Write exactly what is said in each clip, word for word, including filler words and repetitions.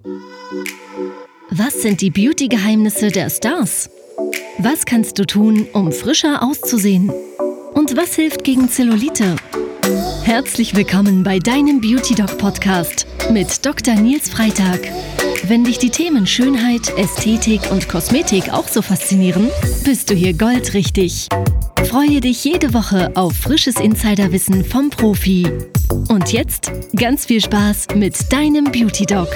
Was sind die Beauty-Geheimnisse der Stars? Was kannst du tun, um frischer auszusehen? Und was hilft gegen Zellulite? Herzlich willkommen bei deinem Beauty Doc Podcast mit Doktor Nils Freitag. Wenn dich die Themen Schönheit, Ästhetik und Kosmetik auch so faszinieren, bist du hier goldrichtig. Freue dich jede Woche auf frisches Insiderwissen vom Profi. Und jetzt ganz viel Spaß mit deinem Beauty Doc.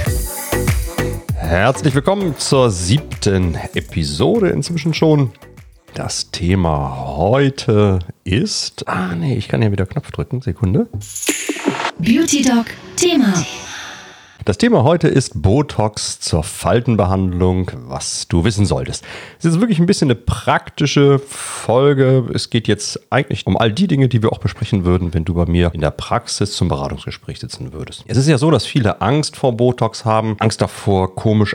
Herzlich willkommen zur siebten Episode inzwischen schon. Das Thema heute ist... Ah nee, ich kann ja wieder Knopf drücken. Sekunde. Beauty Doc Thema. Das Thema heute ist Botox zur Faltenbehandlung, was du wissen solltest. Es ist wirklich ein bisschen eine praktische Folge. Es geht jetzt eigentlich um all die Dinge, die wir auch besprechen würden, wenn du bei mir in der Praxis zum Beratungsgespräch sitzen würdest. Es ist ja so, dass viele Angst vor Botox haben, Angst davor, komisch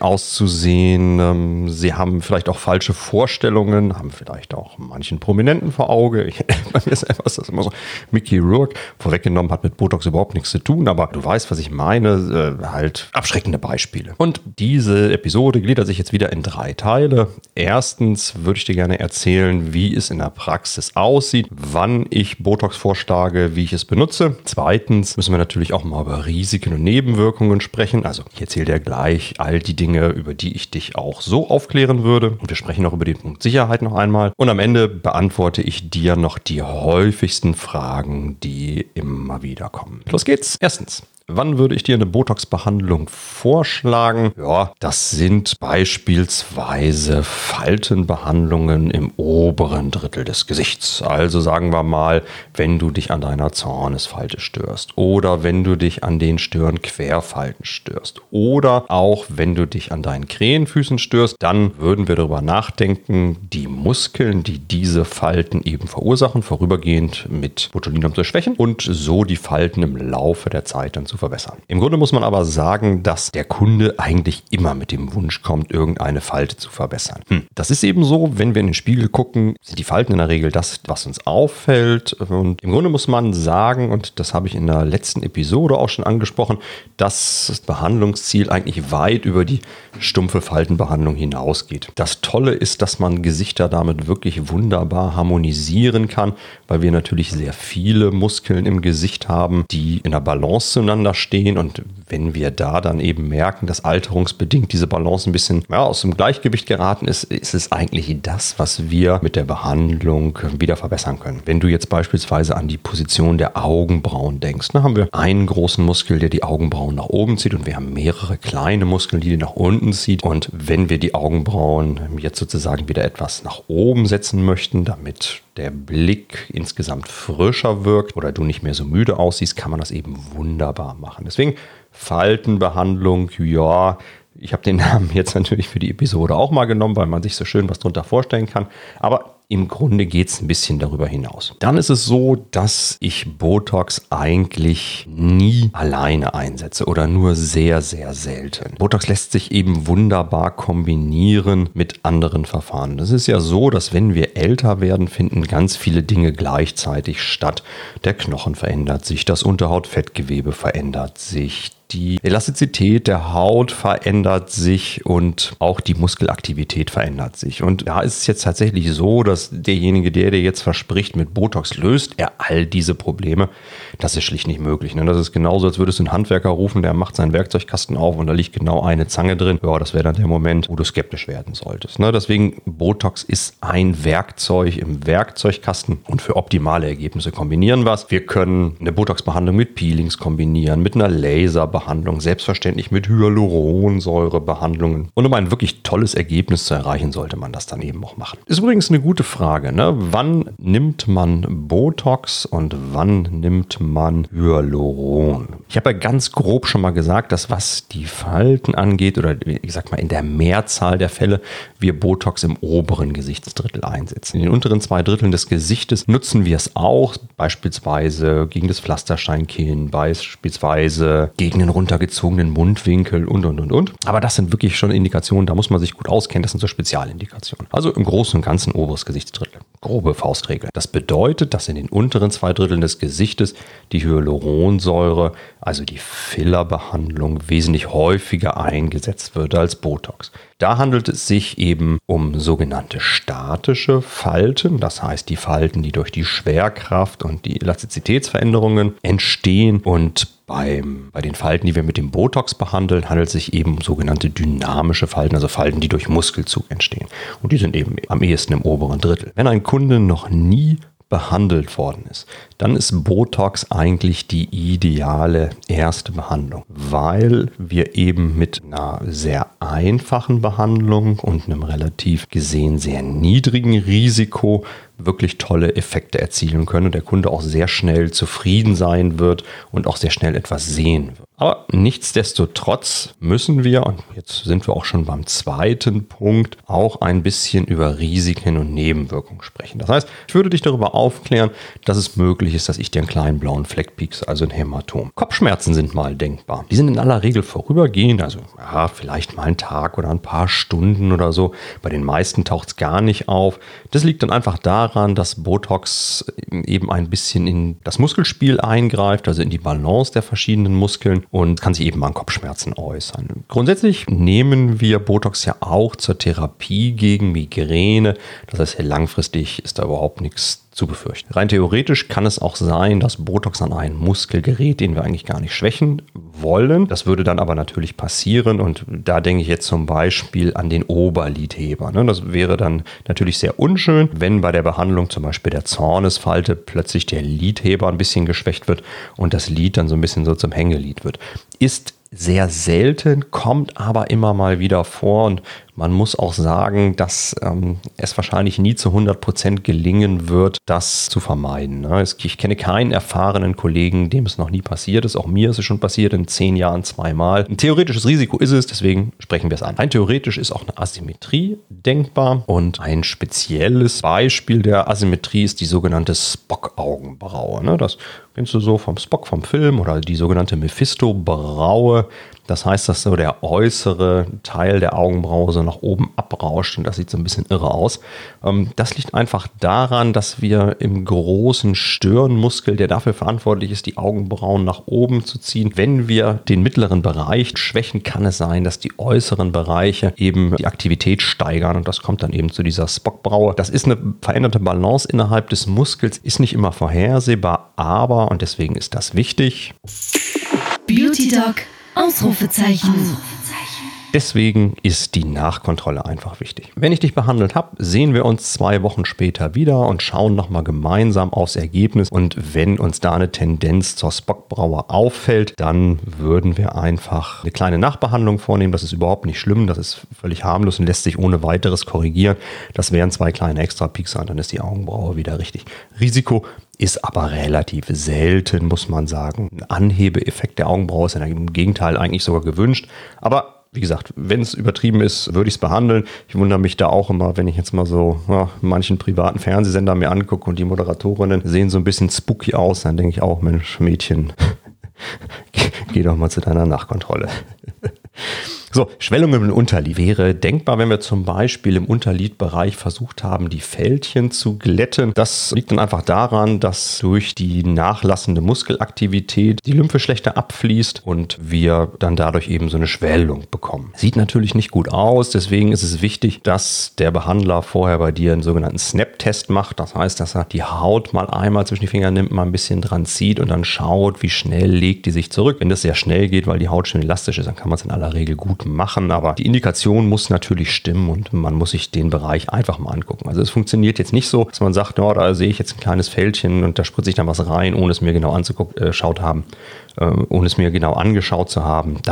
auszusehen. Sie haben vielleicht auch falsche Vorstellungen, haben vielleicht auch manchen Prominenten vor Auge. Ich, bei mir ist einfach das immer so, Mickey Rourke vorweggenommen, hat mit Botox überhaupt nichts zu tun, aber du weißt, was ich meine. Halt abschreckende Beispiele. Und diese Episode gliedert sich jetzt wieder in drei Teile. Erstens würde ich dir gerne erzählen, wie es in der Praxis aussieht, wann ich Botox vorschlage, wie ich es benutze. Zweitens müssen wir natürlich auch mal über Risiken und Nebenwirkungen sprechen. Also ich erzähle dir gleich all die Dinge, über die ich dich auch so aufklären würde. Und wir sprechen noch über den Punkt Sicherheit noch einmal. Und am Ende beantworte ich dir noch die häufigsten Fragen, die immer wieder kommen. Los geht's. Erstens. Wann würde ich dir eine Botox-Behandlung vorschlagen? Ja, das sind beispielsweise Faltenbehandlungen im oberen Drittel des Gesichts. Also sagen wir mal, wenn du dich an deiner Zornesfalte störst oder wenn du dich an den Stirnquerfalten störst oder auch wenn du dich an deinen Krähenfüßen störst, dann würden wir darüber nachdenken, die Muskeln, die diese Falten eben verursachen, vorübergehend mit Botulinum zu schwächen und so die Falten im Laufe der Zeit dann zu verbessern. Im Grunde muss man aber sagen, dass der Kunde eigentlich immer mit dem Wunsch kommt, irgendeine Falte zu verbessern. Hm. Das ist eben so, wenn wir in den Spiegel gucken, sind die Falten in der Regel das, was uns auffällt. Und im Grunde muss man sagen, und das habe ich in der letzten Episode auch schon angesprochen, dass das Behandlungsziel eigentlich weit über die stumpfe Faltenbehandlung hinausgeht. Das Tolle ist, dass man Gesichter damit wirklich wunderbar harmonisieren kann, weil wir natürlich sehr viele Muskeln im Gesicht haben, die in der Balance zueinander stehen, und wenn wir da dann eben merken, dass alterungsbedingt diese Balance ein bisschen ja, aus dem Gleichgewicht geraten ist, ist es eigentlich das, was wir mit der Behandlung wieder verbessern können. Wenn du jetzt beispielsweise an die Position der Augenbrauen denkst, dann haben wir einen großen Muskel, der die Augenbrauen nach oben zieht, und wir haben mehrere kleine Muskeln, die die nach unten zieht, und wenn wir die Augenbrauen jetzt sozusagen wieder etwas nach oben setzen möchten, damit der Blick insgesamt frischer wirkt oder du nicht mehr so müde aussiehst, kann man das eben wunderbar machen. Deswegen Faltenbehandlung, ja, ich habe den Namen jetzt natürlich für die Episode auch mal genommen, weil man sich so schön was drunter vorstellen kann, aber im Grunde geht es ein bisschen darüber hinaus. Dann ist es so, dass ich Botox eigentlich nie alleine einsetze oder nur sehr, sehr selten. Botox lässt sich eben wunderbar kombinieren mit anderen Verfahren. Es ist ja so, dass wenn wir älter werden, finden ganz viele Dinge gleichzeitig statt. Der Knochen verändert sich, das Unterhautfettgewebe verändert sich, die Elastizität der Haut verändert sich und auch die Muskelaktivität verändert sich. Und da ist es jetzt tatsächlich so, dass derjenige, der dir jetzt verspricht, mit Botox löst er all diese Probleme. Das ist schlicht nicht möglich. Das ist genauso, als würdest du einen Handwerker rufen, der macht seinen Werkzeugkasten auf und da liegt genau eine Zange drin. Ja, das wäre dann der Moment, wo du skeptisch werden solltest. Deswegen, Botox ist ein Werkzeug im Werkzeugkasten und für optimale Ergebnisse kombinieren wir es. Wir können eine Botox-Behandlung mit Peelings kombinieren, mit einer Laserbehandlung, selbstverständlich mit Hyaluronsäurebehandlungen. Und um ein wirklich tolles Ergebnis zu erreichen, sollte man das dann eben auch machen. Ist übrigens eine gute Frage, ne? Wann nimmt man Botox und wann nimmt man Hyaluron? Ich habe ja ganz grob schon mal gesagt, dass was die Falten angeht, oder ich sag mal in der Mehrzahl der Fälle, wir Botox im oberen Gesichtsdrittel einsetzen. In den unteren zwei Dritteln des Gesichtes nutzen wir es auch, beispielsweise gegen das Pflastersteinkinn, beispielsweise gegen einen runtergezogenen Mundwinkel und, und, und, und. Aber das sind wirklich schon Indikationen, da muss man sich gut auskennen. Das sind so Spezialindikationen. Also im Großen und Ganzen oberes Gesichtsdrittel. Grobe Faustregel. Das bedeutet, dass in den unteren zwei Dritteln des Gesichtes die Hyaluronsäure, also die Fillerbehandlung, wesentlich häufiger eingesetzt wird als Botox. Da handelt es sich eben um sogenannte statische Falten, das heißt die Falten, die durch die Schwerkraft und die Elastizitätsveränderungen entstehen, und Beim, bei den Falten, die wir mit dem Botox behandeln, handelt es sich eben um sogenannte dynamische Falten, also Falten, die durch Muskelzug entstehen. Und die sind eben am ehesten im oberen Drittel. Wenn ein Kunde noch nie behandelt worden ist, dann ist Botox eigentlich die ideale erste Behandlung, weil wir eben mit einer sehr einfachen Behandlung und einem relativ gesehen sehr niedrigen Risiko wirklich tolle Effekte erzielen können und der Kunde auch sehr schnell zufrieden sein wird und auch sehr schnell etwas sehen wird. Aber nichtsdestotrotz müssen wir, und jetzt sind wir auch schon beim zweiten Punkt, auch ein bisschen über Risiken und Nebenwirkungen sprechen. Das heißt, ich würde dich darüber aufklären, dass es möglich ist, dass ich dir einen kleinen blauen Fleck piekse, also ein Hämatom. Kopfschmerzen sind mal denkbar. Die sind in aller Regel vorübergehend, also ja, vielleicht mal einen Tag oder ein paar Stunden oder so. Bei den meisten taucht es gar nicht auf. Das liegt dann einfach daran, dass Botox eben ein bisschen in das Muskelspiel eingreift, also in die Balance der verschiedenen Muskeln, und kann sich eben an Kopfschmerzen äußern. Grundsätzlich nehmen wir Botox ja auch zur Therapie gegen Migräne. Das heißt, langfristig ist da überhaupt nichts zu befürchten. Rein theoretisch kann es auch sein, dass Botox an einen Muskel gerät, den wir eigentlich gar nicht schwächen wollen. Das würde dann aber natürlich passieren, und da denke ich jetzt zum Beispiel an den Oberlidheber. Das wäre dann natürlich sehr unschön, wenn bei der Behandlung zum Beispiel der Zornesfalte plötzlich der Lidheber ein bisschen geschwächt wird und das Lid dann so ein bisschen so zum Hängelid wird. Ist sehr selten, kommt aber immer mal wieder vor, und man muss auch sagen, dass ähm, es wahrscheinlich nie zu hundert Prozent gelingen wird, das zu vermeiden. Ne? Ich kenne keinen erfahrenen Kollegen, dem es noch nie passiert ist. Auch mir ist es schon passiert, in zehn Jahren zweimal. Ein theoretisches Risiko ist es, deswegen sprechen wir es an. Rein theoretisch ist auch eine Asymmetrie denkbar, und ein spezielles Beispiel der Asymmetrie ist die sogenannte Spock-Augenbraue. Ne? Das kennst du so vom Spock, vom Film, oder die sogenannte Mephisto-Braue. Das heißt, dass so der äußere Teil der Augenbraue so nach oben abrauscht, und das sieht so ein bisschen irre aus. Das liegt einfach daran, dass wir im großen Stirnmuskel, der dafür verantwortlich ist, die Augenbrauen nach oben zu ziehen, wenn wir den mittleren Bereich schwächen, kann es sein, dass die äußeren Bereiche eben die Aktivität steigern, und das kommt dann eben zu dieser Spock-Braue. Das ist eine veränderte Balance innerhalb des Muskels, ist nicht immer vorhersehbar, aber, und deswegen ist das wichtig, Beauty Doc Ausrufezeichen. Deswegen ist die Nachkontrolle einfach wichtig. Wenn ich dich behandelt habe, sehen wir uns zwei Wochen später wieder und schauen nochmal gemeinsam aufs Ergebnis. Und wenn uns da eine Tendenz zur Spock-Braue auffällt, dann würden wir einfach eine kleine Nachbehandlung vornehmen. Das ist überhaupt nicht schlimm, das ist völlig harmlos und lässt sich ohne weiteres korrigieren. Das wären zwei kleine Extra-Piekser, und dann ist die Augenbraue wieder richtig. Risiko ist aber relativ selten, muss man sagen. Ein Anhebeeffekt der Augenbraue ist im Gegenteil eigentlich sogar gewünscht. Aber wie gesagt, wenn es übertrieben ist, würde ich es behandeln. Ich wundere mich da auch immer, wenn ich jetzt mal so ja, manchen privaten Fernsehsender mir angucke und die Moderatorinnen sehen so ein bisschen spooky aus, dann denke ich auch, Mensch, Mädchen, geh doch mal zu deiner Nachkontrolle. So, Schwellungen im Unterlid wäre denkbar, wenn wir zum Beispiel im Unterlidbereich versucht haben, die Fältchen zu glätten. Das liegt dann einfach daran, dass durch die nachlassende Muskelaktivität die Lymphe schlechter abfließt und wir dann dadurch eben so eine Schwellung bekommen. Sieht natürlich nicht gut aus, deswegen ist es wichtig, dass der Behandler vorher bei dir einen sogenannten Snap-Test macht. Das heißt, dass er die Haut mal einmal zwischen die Finger nimmt, mal ein bisschen dran zieht und dann schaut, wie schnell legt die sich zurück. Wenn das sehr schnell geht, weil die Haut schön elastisch ist, dann kann man es in aller Regel gut machen, aber die Indikation muss natürlich stimmen und man muss sich den Bereich einfach mal angucken. Also es funktioniert jetzt nicht so, dass man sagt, oh, da sehe ich jetzt ein kleines Fältchen und da spritze ich dann was rein, ohne es mir genau anzugucken, äh, schaut haben, äh, ohne es mir genau angeschaut zu haben. Das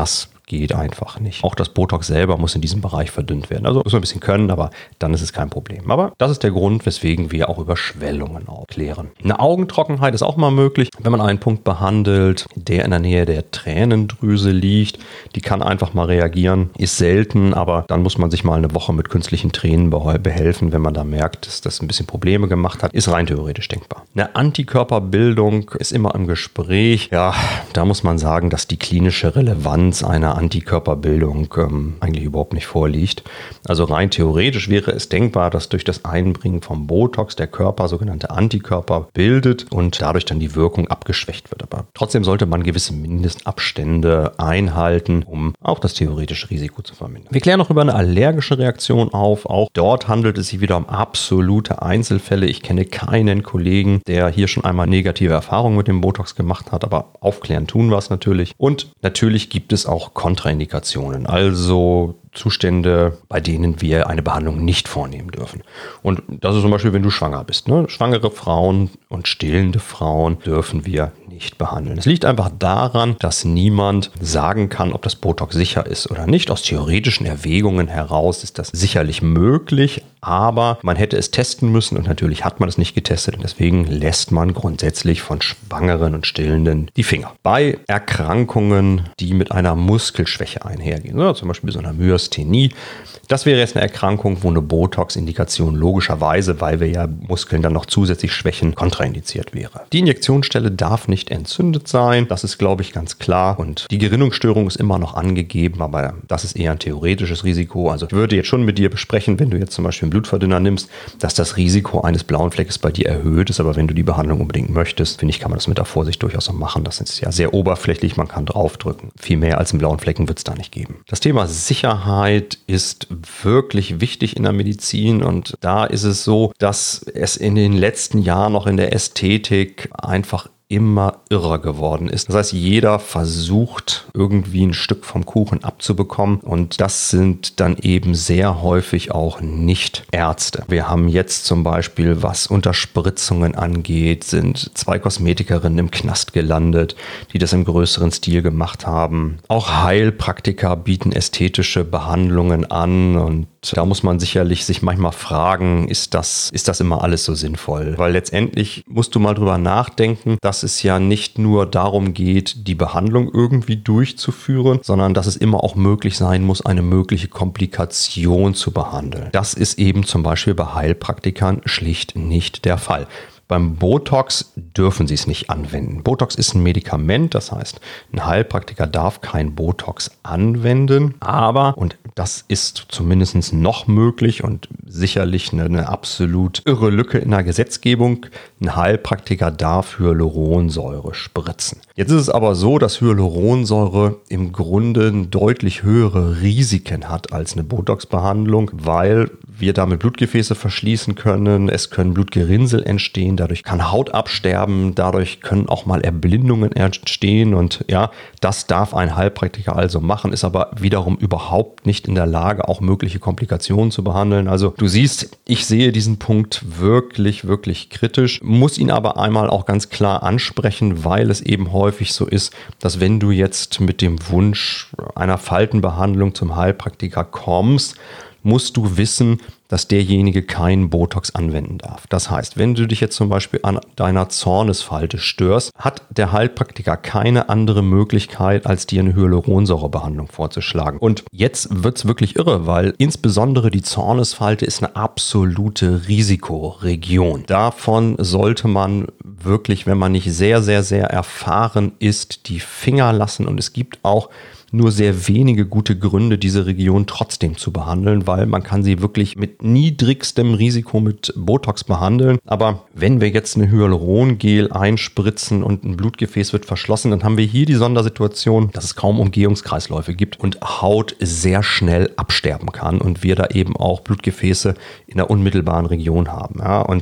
geht einfach nicht. Auch das Botox selber muss in diesem Bereich verdünnt werden. Also muss man ein bisschen können, aber dann ist es kein Problem. Aber das ist der Grund, weswegen wir auch über Schwellungen aufklären. Eine Augentrockenheit ist auch mal möglich, wenn man einen Punkt behandelt, der in der Nähe der Tränendrüse liegt. Die kann einfach mal reagieren, ist selten, aber dann muss man sich mal eine Woche mit künstlichen Tränen behelfen, wenn man da merkt, dass das ein bisschen Probleme gemacht hat. Ist rein theoretisch denkbar. Eine Antikörperbildung ist immer im Gespräch. Ja, da muss man sagen, dass die klinische Relevanz einer Antikörperbildung ähm, eigentlich überhaupt nicht vorliegt. Also rein theoretisch wäre es denkbar, dass durch das Einbringen vom Botox der Körper sogenannte Antikörper bildet und dadurch dann die Wirkung abgeschwächt wird. Aber trotzdem sollte man gewisse Mindestabstände einhalten, um auch das theoretische Risiko zu vermindern. Wir klären noch über eine allergische Reaktion auf. Auch dort handelt es sich wieder um absolute Einzelfälle. Ich kenne keinen Kollegen, der hier schon einmal negative Erfahrungen mit dem Botox gemacht hat, aber aufklären tun wir es natürlich. Und natürlich gibt es auch Kontraindikationen, also Zustände, bei denen wir eine Behandlung nicht vornehmen dürfen. Und das ist zum Beispiel, wenn du schwanger bist. Ne? Schwangere Frauen und stillende Frauen dürfen wir nicht behandeln. Es liegt einfach daran, dass niemand sagen kann, ob das Botox sicher ist oder nicht. Aus theoretischen Erwägungen heraus ist das sicherlich möglich, aber man hätte es testen müssen und natürlich hat man es nicht getestet und deswegen lässt man grundsätzlich von Schwangeren und Stillenden die Finger. Bei Erkrankungen, die mit einer Muskelschwäche einhergehen, ne? Zum Beispiel so einer Myasthenie, das wäre jetzt eine Erkrankung, wo eine Botox-Indikation logischerweise, weil wir ja Muskeln dann noch zusätzlich schwächen, kontraindiziert wäre. Die Injektionsstelle darf nicht entzündet sein, das ist, glaube ich, ganz klar. Und die Gerinnungsstörung ist immer noch angegeben, aber das ist eher ein theoretisches Risiko. Also ich würde jetzt schon mit dir besprechen, wenn du jetzt zum Beispiel einen Blutverdünner nimmst, dass das Risiko eines blauen Fleckes bei dir erhöht ist. Aber wenn du die Behandlung unbedingt möchtest, finde ich, kann man das mit der Vorsicht durchaus auch machen. Das ist ja sehr oberflächlich, man kann draufdrücken. Viel mehr als einen blauen Flecken wird es da nicht geben. Das Thema Sicherheit ist wirklich wichtig in der Medizin und da ist es so, dass es in den letzten Jahren noch in der Ästhetik einfach immer irrer geworden ist. Das heißt, jeder versucht irgendwie ein Stück vom Kuchen abzubekommen und das sind dann eben sehr häufig auch nicht Ärzte. Wir haben jetzt zum Beispiel, was Unterspritzungen angeht, sind zwei Kosmetikerinnen im Knast gelandet, die das im größeren Stil gemacht haben. Auch Heilpraktiker bieten ästhetische Behandlungen an und da muss man sicherlich sich manchmal fragen, ist das, ist das immer alles so sinnvoll? Weil letztendlich musst du mal drüber nachdenken, dass es ja nicht nur darum geht, die Behandlung irgendwie durchzuführen, sondern dass es immer auch möglich sein muss, eine mögliche Komplikation zu behandeln. Das ist eben zum Beispiel bei Heilpraktikern schlicht nicht der Fall. Beim Botox dürfen sie es nicht anwenden. Botox ist ein Medikament, das heißt, ein Heilpraktiker darf kein Botox anwenden, aber, und das ist zumindest noch möglich und sicherlich eine, eine absolut irre Lücke in der Gesetzgebung, ein Heilpraktiker darf Hyaluronsäure spritzen. Jetzt ist es aber so, dass Hyaluronsäure im Grunde deutlich höhere Risiken hat als eine Botox-Behandlung, weil wir damit Blutgefäße verschließen können, es können Blutgerinnsel entstehen, dadurch kann Haut absterben, dadurch können auch mal Erblindungen entstehen und ja, das darf ein Heilpraktiker also machen, ist aber wiederum überhaupt nicht in der Lage, auch mögliche Komplikationen zu behandeln. Also du siehst, ich sehe diesen Punkt wirklich, wirklich kritisch, muss ihn aber einmal auch ganz klar ansprechen, weil es eben häufig so ist, dass wenn du jetzt mit dem Wunsch einer Faltenbehandlung zum Heilpraktiker kommst, musst du wissen, dass derjenige keinen Botox anwenden darf. Das heißt, wenn du dich jetzt zum Beispiel an deiner Zornesfalte störst, hat der Heilpraktiker keine andere Möglichkeit, als dir eine Hyaluronsäurebehandlung vorzuschlagen. Und jetzt wird es wirklich irre, weil insbesondere die Zornesfalte ist eine absolute Risikoregion. Davon sollte man wirklich, wenn man nicht sehr, sehr, sehr erfahren ist, die Finger lassen. Und es gibt auch nur sehr wenige gute Gründe, diese Region trotzdem zu behandeln, weil man kann sie wirklich mit niedrigstem Risiko mit Botox behandeln. Aber wenn wir jetzt eine Hyalurongel einspritzen und ein Blutgefäß wird verschlossen, dann haben wir hier die Sondersituation, dass es kaum Umgehungskreisläufe gibt und Haut sehr schnell absterben kann und wir da eben auch Blutgefäße in der unmittelbaren Region haben. Ja, und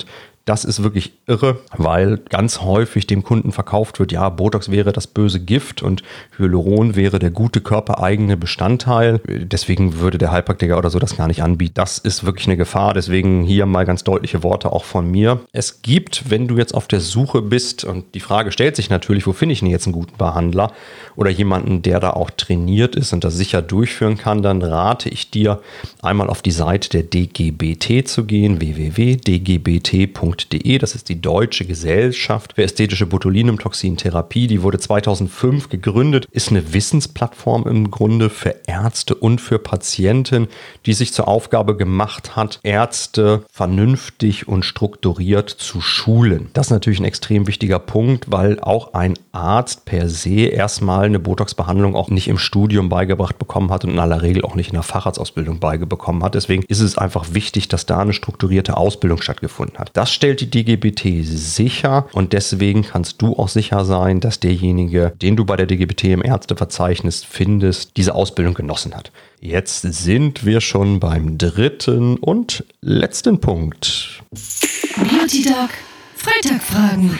Das ist wirklich irre, weil ganz häufig dem Kunden verkauft wird, ja, Botox wäre das böse Gift und Hyaluron wäre der gute körpereigene Bestandteil. Deswegen würde der Heilpraktiker oder so das gar nicht anbieten. Das ist wirklich eine Gefahr. Deswegen hier mal ganz deutliche Worte auch von mir. Es gibt, wenn du jetzt auf der Suche bist, und die Frage stellt sich natürlich, wo finde ich denn jetzt einen guten Behandler oder jemanden, der da auch trainiert ist und das sicher durchführen kann, dann rate ich dir, einmal auf die Seite der D G B T zu gehen, w w w punkt d g b t punkt d e. Das ist die Deutsche Gesellschaft für ästhetische Botulinumtoxintherapie. Die wurde zweitausendfünf gegründet, ist eine Wissensplattform im Grunde für Ärzte und für Patienten, die sich zur Aufgabe gemacht hat, Ärzte vernünftig und strukturiert zu schulen. Das ist natürlich ein extrem wichtiger Punkt, weil auch ein Arzt per se erstmal eine Botox-Behandlung auch nicht im Studium beigebracht bekommen hat und in aller Regel auch nicht in der Facharztausbildung beigebekommen hat. Deswegen ist es einfach wichtig, dass da eine strukturierte Ausbildung stattgefunden hat. Das stellt die D G B T sicher und deswegen kannst du auch sicher sein, dass derjenige, den du bei der D G B T im Ärzteverzeichnis findest, diese Ausbildung genossen hat. Jetzt sind wir schon beim dritten und letzten Punkt. Beauty Doc Freitagfragen.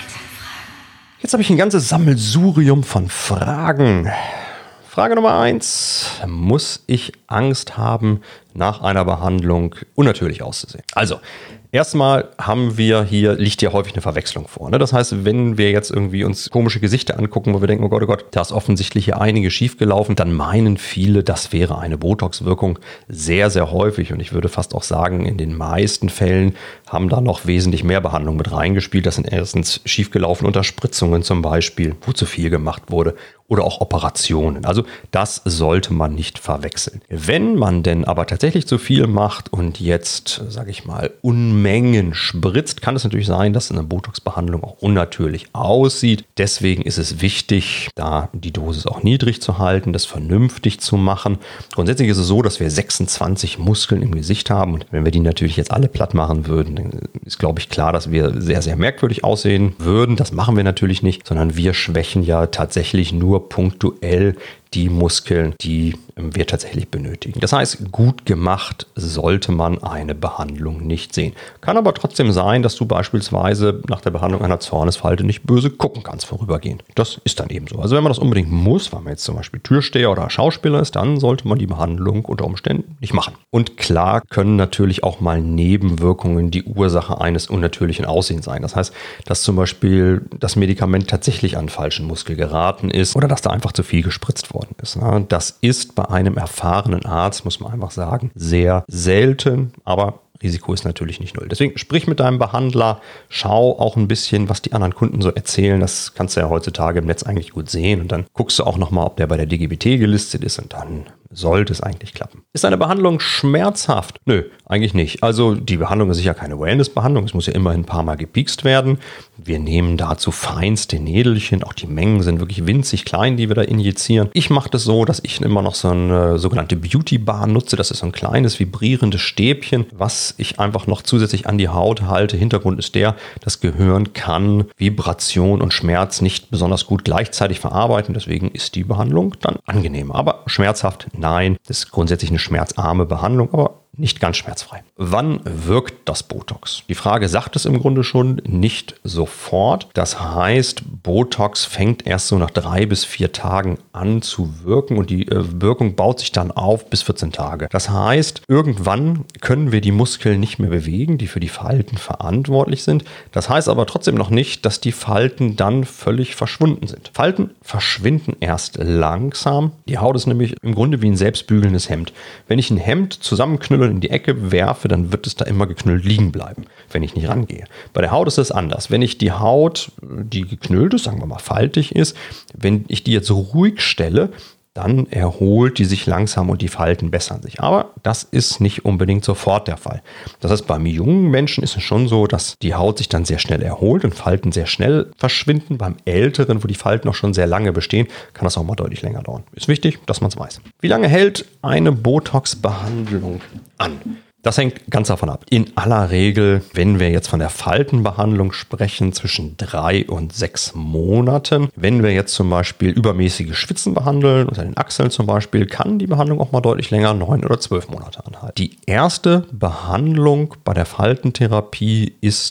Jetzt habe ich ein ganzes Sammelsurium von Fragen. Frage Nummer eins. Muss ich Angst haben, nach einer Behandlung unnatürlich auszusehen? Also, erstmal haben wir hier, liegt ja häufig eine Verwechslung vor. Ne? Das heißt, wenn wir jetzt irgendwie uns komische Gesichter angucken, wo wir denken, oh Gott, oh Gott, da ist offensichtlich hier einige schiefgelaufen, dann meinen viele, das wäre eine Botox-Wirkung sehr, sehr häufig. Und ich würde fast auch sagen, in den meisten Fällen haben da noch wesentlich mehr Behandlungen mit reingespielt. Das sind erstens schiefgelaufen Unterspritzungen zum Beispiel, wo zu viel gemacht wurde. Oder auch Operationen. Also das sollte man nicht verwechseln. Wenn man denn aber tatsächlich zu viel macht und jetzt, sage ich mal, Unmengen spritzt, kann es natürlich sein, dass eine Botox-Behandlung auch unnatürlich aussieht. Deswegen ist es wichtig, da die Dosis auch niedrig zu halten, das vernünftig zu machen. Grundsätzlich ist es so, dass wir sechsundzwanzig Muskeln im Gesicht haben und wenn wir die natürlich jetzt alle platt machen würden, dann ist, glaube ich, klar, dass wir sehr, sehr merkwürdig aussehen würden. Das machen wir natürlich nicht, sondern wir schwächen ja tatsächlich nur punktuell die Muskeln, die wir tatsächlich benötigen. Das heißt, gut gemacht sollte man eine Behandlung nicht sehen. Kann aber trotzdem sein, dass du beispielsweise nach der Behandlung einer Zornesfalte nicht böse gucken kannst vorübergehend. Das ist dann eben so. Also wenn man das unbedingt muss, weil man jetzt zum Beispiel Türsteher oder Schauspieler ist, dann sollte man die Behandlung unter Umständen nicht machen. Und klar können natürlich auch mal Nebenwirkungen die Ursache eines unnatürlichen Aussehens sein. Das heißt, dass zum Beispiel das Medikament tatsächlich an den falschen Muskel geraten ist oder dass da einfach zu viel gespritzt worden ist. Das ist bei einem erfahrenen Arzt, muss man einfach sagen, sehr selten, aber Risiko ist natürlich nicht null. Deswegen sprich mit deinem Behandler, schau auch ein bisschen, was die anderen Kunden so erzählen. Das kannst du ja heutzutage im Netz eigentlich gut sehen. Und dann guckst du auch nochmal, ob der bei der D G B T gelistet ist und dann sollte es eigentlich klappen. Ist eine Behandlung schmerzhaft? Nö, eigentlich nicht. Also die Behandlung ist sicher keine Wellness-Behandlung. Es muss ja immerhin ein paar Mal gepiekst werden. Wir nehmen dazu feinste Nädelchen. Auch die Mengen sind wirklich winzig klein, die wir da injizieren. Ich mache das so, dass ich immer noch so eine sogenannte Beauty Bar nutze. Das ist so ein kleines vibrierendes Stäbchen, was ich einfach noch zusätzlich an die Haut halte. Hintergrund ist der, das Gehirn kann Vibration und Schmerz nicht besonders gut gleichzeitig verarbeiten. Deswegen ist die Behandlung dann angenehm. Aber schmerzhaft, nein. Das ist grundsätzlich eine schmerzarme Behandlung, aber nicht ganz schmerzfrei. Wann wirkt das Botox? Die Frage sagt es im Grunde schon, nicht sofort. Das heißt, Botox fängt erst so nach drei bis vier Tagen an zu wirken und die äh, Wirkung baut sich dann auf bis vierzehn Tage. Das heißt, irgendwann können wir die Muskeln nicht mehr bewegen, die für die Falten verantwortlich sind. Das heißt aber trotzdem noch nicht, dass die Falten dann völlig verschwunden sind. Falten verschwinden erst langsam. Die Haut ist nämlich im Grunde wie ein selbstbügelndes Hemd. Wenn ich ein Hemd zusammenknülle in die Ecke werfe, dann wird es da immer geknüllt liegen bleiben, wenn ich nicht rangehe. Bei der Haut ist es anders. Wenn ich die Haut, die geknüllt ist, sagen wir mal faltig ist, wenn ich die jetzt ruhig stelle, dann erholt die sich langsam und die Falten bessern sich. Aber das ist nicht unbedingt sofort der Fall. Das heißt, beim jungen Menschen ist es schon so, dass die Haut sich dann sehr schnell erholt und Falten sehr schnell verschwinden. Beim Älteren, wo die Falten noch schon sehr lange bestehen, kann das auch mal deutlich länger dauern. Ist wichtig, dass man es weiß. Wie lange hält eine Botox-Behandlung an? Das hängt ganz davon ab. In aller Regel, wenn wir jetzt von der Faltenbehandlung sprechen, zwischen drei und sechs Monaten. Wenn wir jetzt zum Beispiel übermäßige Schwitzen behandeln, unter den Achseln zum Beispiel, kann die Behandlung auch mal deutlich länger, neun oder zwölf Monate anhalten. Die erste Behandlung bei der Faltentherapie ist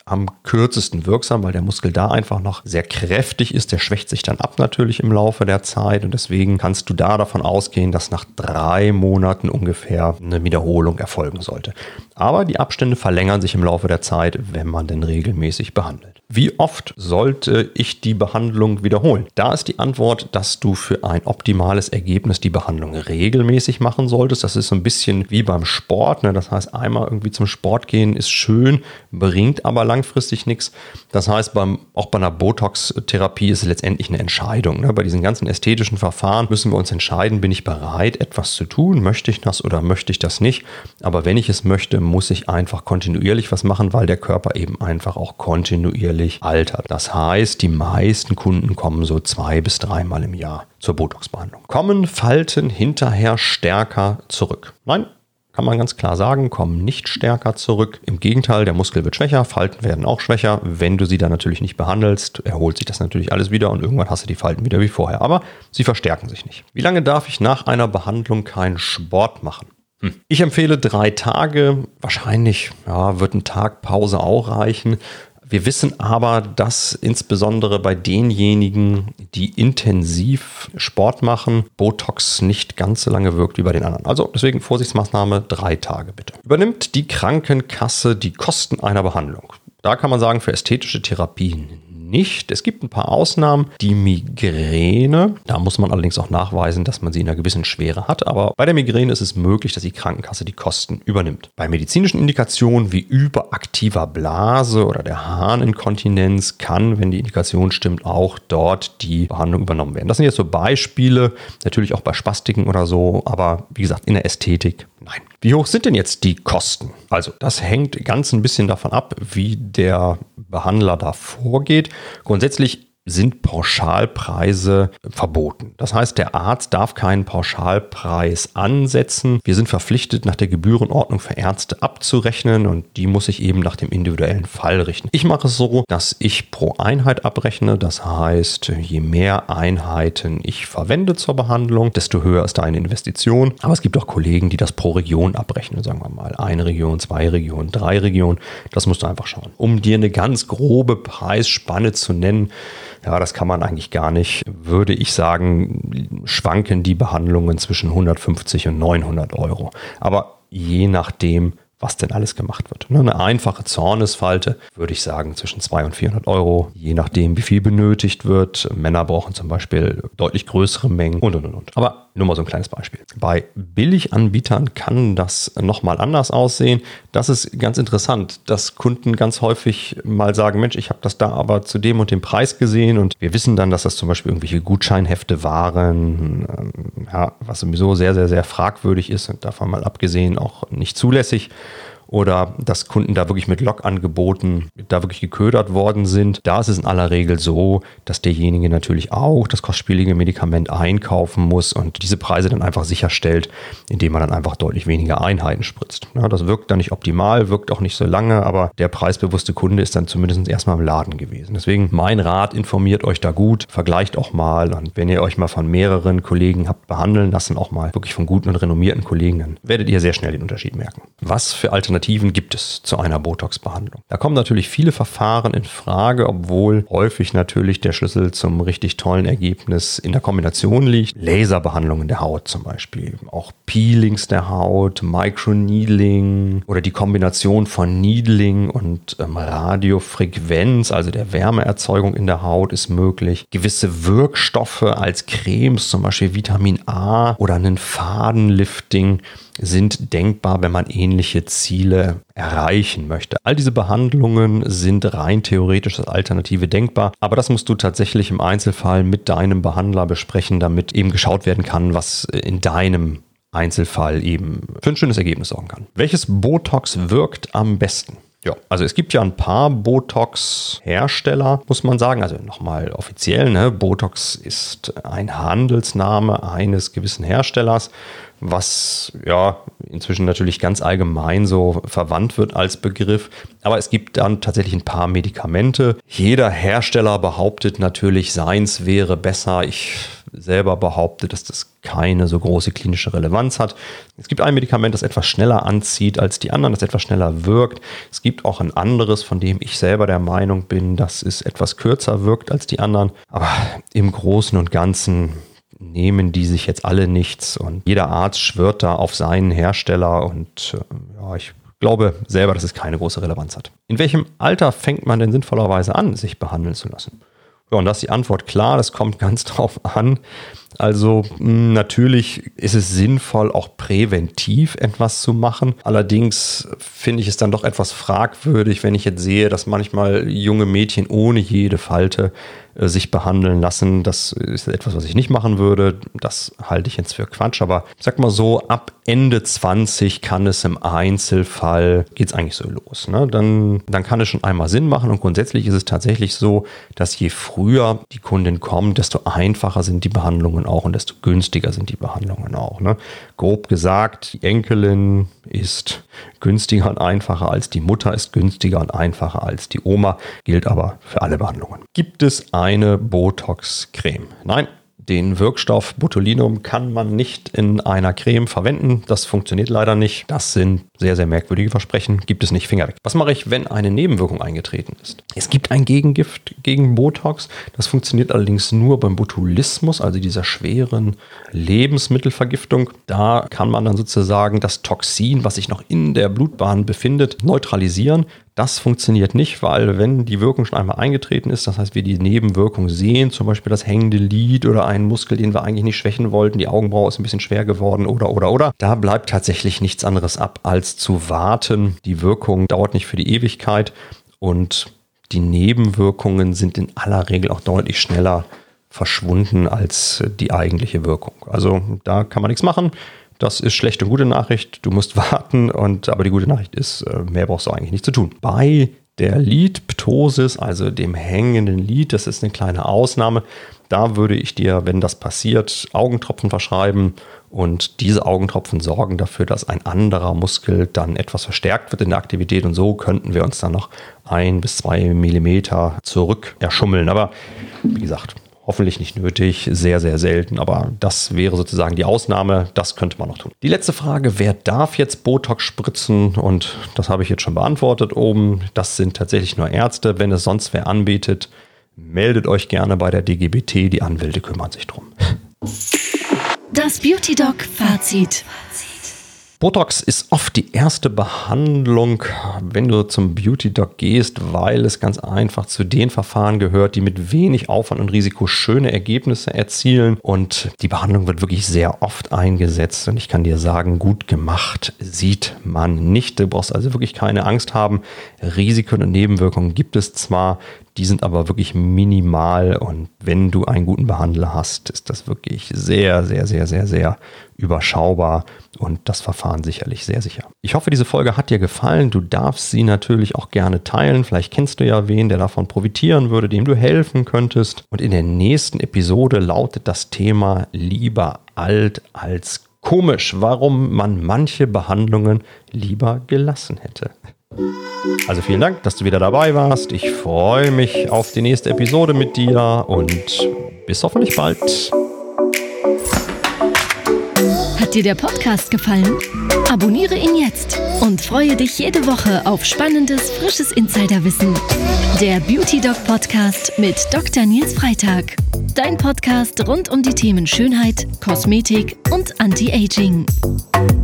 am kürzesten wirksam, weil der Muskel da einfach noch sehr kräftig ist. Der schwächt sich dann ab natürlich im Laufe der Zeit und deswegen kannst du da davon ausgehen, dass nach drei Monaten ungefähr eine Wiederholung erfolgen sollte. Aber die Abstände verlängern sich im Laufe der Zeit, wenn man denn regelmäßig behandelt. Wie oft sollte ich die Behandlung wiederholen? Da ist die Antwort, dass du für ein optimales Ergebnis die Behandlung regelmäßig machen solltest. Das ist so ein bisschen wie beim Sport, ne? Das heißt, einmal irgendwie zum Sport gehen ist schön, bringt aber langfristig nichts. Das heißt, beim, auch bei einer Botox-Therapie ist es letztendlich eine Entscheidung. Ne? Bei diesen ganzen ästhetischen Verfahren müssen wir uns entscheiden, bin ich bereit, etwas zu tun? Möchte ich das oder möchte ich das nicht? Aber wenn ich es möchte, muss ich einfach kontinuierlich was machen, weil der Körper eben einfach auch kontinuierlich altert. Das heißt, die meisten Kunden kommen so zwei bis dreimal im Jahr zur Botox-Behandlung. Kommen Falten hinterher stärker zurück? Nein, kann man ganz klar sagen, kommen nicht stärker zurück. Im Gegenteil, der Muskel wird schwächer, Falten werden auch schwächer. Wenn du sie dann natürlich nicht behandelst, erholt sich das natürlich alles wieder und irgendwann hast du die Falten wieder wie vorher. Aber sie verstärken sich nicht. Wie lange darf ich nach einer Behandlung keinen Sport machen? Hm. Ich empfehle drei Tage. Wahrscheinlich ja, wird ein Tag Pause auch reichen. Wir wissen aber, dass insbesondere bei denjenigen, die intensiv Sport machen, Botox nicht ganz so lange wirkt wie bei den anderen. Also deswegen Vorsichtsmaßnahme, drei Tage bitte. Übernimmt die Krankenkasse die Kosten einer Behandlung? Da kann man sagen, für ästhetische Therapien nicht. Es gibt ein paar Ausnahmen. Die Migräne, da muss man allerdings auch nachweisen, dass man sie in einer gewissen Schwere hat. Aber bei der Migräne ist es möglich, dass die Krankenkasse die Kosten übernimmt. Bei medizinischen Indikationen wie überaktiver Blase oder der Harninkontinenz kann, wenn die Indikation stimmt, auch dort die Behandlung übernommen werden. Das sind jetzt so Beispiele, natürlich auch bei Spastiken oder so, aber wie gesagt, in der Ästhetik nein. Wie hoch sind denn jetzt die Kosten? Also das hängt ganz ein bisschen davon ab, wie der Behandler da vorgeht. Grundsätzlich sind Pauschalpreise verboten. Das heißt, der Arzt darf keinen Pauschalpreis ansetzen. Wir sind verpflichtet, nach der Gebührenordnung für Ärzte abzurechnen und die muss sich eben nach dem individuellen Fall richten. Ich mache es so, dass ich pro Einheit abrechne. Das heißt, je mehr Einheiten ich verwende zur Behandlung, desto höher ist deine Investition. Aber es gibt auch Kollegen, die das pro Region abrechnen. Sagen wir mal eine Region, zwei Regionen, drei Regionen. Das musst du einfach schauen. Um dir eine ganz grobe Preisspanne zu nennen, ja, das kann man eigentlich gar nicht. Würde ich sagen, schwanken die Behandlungen zwischen hundertfünfzig und neunhundert Euro. Aber je nachdem, was denn alles gemacht wird. Eine einfache Zornesfalte würde ich sagen zwischen zweihundert und vierhundert Euro, je nachdem, wie viel benötigt wird. Männer brauchen zum Beispiel deutlich größere Mengen und, und, und. Aber nur mal so ein kleines Beispiel. Bei Billiganbietern kann das nochmal anders aussehen. Das ist ganz interessant, dass Kunden ganz häufig mal sagen, Mensch, ich habe das da aber zu dem und dem Preis gesehen und wir wissen dann, dass das zum Beispiel irgendwelche Gutscheinhefte waren, ja, was sowieso sehr, sehr, sehr fragwürdig ist und davon mal abgesehen auch nicht zulässig. Oder dass Kunden da wirklich mit Lockangeboten da wirklich geködert worden sind. Da ist es in aller Regel so, dass derjenige natürlich auch das kostspielige Medikament einkaufen muss und diese Preise dann einfach sicherstellt, indem man dann einfach deutlich weniger Einheiten spritzt. Ja, das wirkt dann nicht optimal, wirkt auch nicht so lange, aber der preisbewusste Kunde ist dann zumindest erstmal im Laden gewesen. Deswegen mein Rat, informiert euch da gut, vergleicht auch mal und wenn ihr euch mal von mehreren Kollegen habt behandeln lassen, auch mal wirklich von guten und renommierten Kollegen, dann werdet ihr sehr schnell den Unterschied merken. Was für Alternativen gibt es zu einer Botox-Behandlung? Da kommen natürlich viele Verfahren in Frage, obwohl häufig natürlich der Schlüssel zum richtig tollen Ergebnis in der Kombination liegt. Laserbehandlungen der Haut zum Beispiel, auch Peelings der Haut, Microneedling oder die Kombination von Needling und ähm, Radiofrequenz, also der Wärmeerzeugung in der Haut ist möglich. Gewisse Wirkstoffe als Cremes, zum Beispiel Vitamin A oder einen Fadenlifting, sind denkbar, wenn man ähnliche Ziele erreichen möchte. All diese Behandlungen sind rein theoretisch als Alternative denkbar, aber das musst du tatsächlich im Einzelfall mit deinem Behandler besprechen, damit eben geschaut werden kann, was in deinem Einzelfall eben für ein schönes Ergebnis sorgen kann. Welches Botox wirkt am besten? Ja, also es gibt ja ein paar Botox-Hersteller, muss man sagen. Also nochmal offiziell, ne? Botox ist ein Handelsname eines gewissen Herstellers, was ja inzwischen natürlich ganz allgemein so verwandt wird als Begriff. Aber es gibt dann tatsächlich ein paar Medikamente. Jeder Hersteller behauptet natürlich, seins wäre besser. Ich selber behaupte, dass das keine so große klinische Relevanz hat. Es gibt ein Medikament, das etwas schneller anzieht als die anderen, das etwas schneller wirkt. Es gibt auch ein anderes, von dem ich selber der Meinung bin, dass es etwas kürzer wirkt als die anderen. Aber im Großen und Ganzen nehmen die sich jetzt alle nichts und jeder Arzt schwört da auf seinen Hersteller und äh, ja, ich glaube selber, dass es keine große Relevanz hat. In welchem Alter fängt man denn sinnvollerweise an, sich behandeln zu lassen? Ja, und da ist die Antwort klar, das kommt ganz drauf an. Also mh, natürlich ist es sinnvoll, auch präventiv etwas zu machen. Allerdings finde ich es dann doch etwas fragwürdig, wenn ich jetzt sehe, dass manchmal junge Mädchen ohne jede Falte äh, sich behandeln lassen. Das ist etwas, was ich nicht machen würde. Das halte ich jetzt für Quatsch. Aber ich sag mal so, ab Ende zwanzig kann es im Einzelfall, geht es eigentlich so los. Ne? Dann, dann kann es schon einmal Sinn machen. Und grundsätzlich ist es tatsächlich so, dass je früher die Kundin kommt, desto einfacher sind die Behandlungen auch und desto günstiger sind die Behandlungen auch. Ne? Grob gesagt, die Enkelin ist günstiger und einfacher als die Mutter, ist günstiger und einfacher als die Oma, gilt aber für alle Behandlungen. Gibt es eine Botox-Creme? Nein. Den Wirkstoff Botulinum kann man nicht in einer Creme verwenden. Das funktioniert leider nicht. Das sind sehr, sehr merkwürdige Versprechen. Gibt es nicht, Finger weg. Was mache ich, wenn eine Nebenwirkung eingetreten ist? Es gibt ein Gegengift gegen Botox. Das funktioniert allerdings nur beim Botulismus, also dieser schweren Lebensmittelvergiftung. Da kann man dann sozusagen das Toxin, was sich noch in der Blutbahn befindet, neutralisieren. Das funktioniert nicht, weil wenn die Wirkung schon einmal eingetreten ist, das heißt, wir die Nebenwirkung sehen, zum Beispiel das hängende Lid oder einen Muskel, den wir eigentlich nicht schwächen wollten, die Augenbraue ist ein bisschen schwer geworden oder, oder, oder. Da bleibt tatsächlich nichts anderes ab, als zu warten. Die Wirkung dauert nicht für die Ewigkeit und die Nebenwirkungen sind in aller Regel auch deutlich schneller verschwunden als die eigentliche Wirkung. Also da kann man nichts machen. Das ist schlechte und gute Nachricht. Du musst warten, und aber die gute Nachricht ist, mehr brauchst du eigentlich nicht zu tun. Bei der Lidptosis, also dem hängenden Lid, das ist eine kleine Ausnahme. Da würde ich dir, wenn das passiert, Augentropfen verschreiben. Und diese Augentropfen sorgen dafür, dass ein anderer Muskel dann etwas verstärkt wird in der Aktivität. Und so könnten wir uns dann noch ein bis zwei Millimeter zurück erschummeln. Aber wie gesagt, hoffentlich nicht nötig, sehr, sehr selten, aber das wäre sozusagen die Ausnahme, das könnte man noch tun. Die letzte Frage, wer darf jetzt Botox spritzen? Und das habe ich jetzt schon beantwortet oben. Das sind tatsächlich nur Ärzte. Wenn es sonst wer anbietet, meldet euch gerne bei der D G B T, die Anwälte kümmern sich drum. Das Beauty Doc Fazit. Botox ist oft die erste Behandlung, wenn du zum Beauty Doc gehst, weil es ganz einfach zu den Verfahren gehört, die mit wenig Aufwand und Risiko schöne Ergebnisse erzielen. Und die Behandlung wird wirklich sehr oft eingesetzt. Und ich kann dir sagen, gut gemacht sieht man nicht. Du brauchst also wirklich keine Angst haben. Risiken und Nebenwirkungen gibt es zwar, die sind aber wirklich minimal. Und wenn du einen guten Behandler hast, ist das wirklich sehr, sehr, sehr, sehr, sehr überschaubar und das Verfahren sicherlich sehr sicher. Ich hoffe, diese Folge hat dir gefallen. Du darfst sie natürlich auch gerne teilen. Vielleicht kennst du ja wen, der davon profitieren würde, dem du helfen könntest. Und in der nächsten Episode lautet das Thema lieber alt als komisch, warum man manche Behandlungen lieber gelassen hätte. Also vielen Dank, dass du wieder dabei warst. Ich freue mich auf die nächste Episode mit dir und bis hoffentlich bald. Hat dir der Podcast gefallen? Abonniere ihn jetzt und freue dich jede Woche auf spannendes, frisches Insiderwissen. Der Beauty Doc Podcast mit Doktor Nils Freitag. Dein Podcast rund um die Themen Schönheit, Kosmetik und Anti-Aging.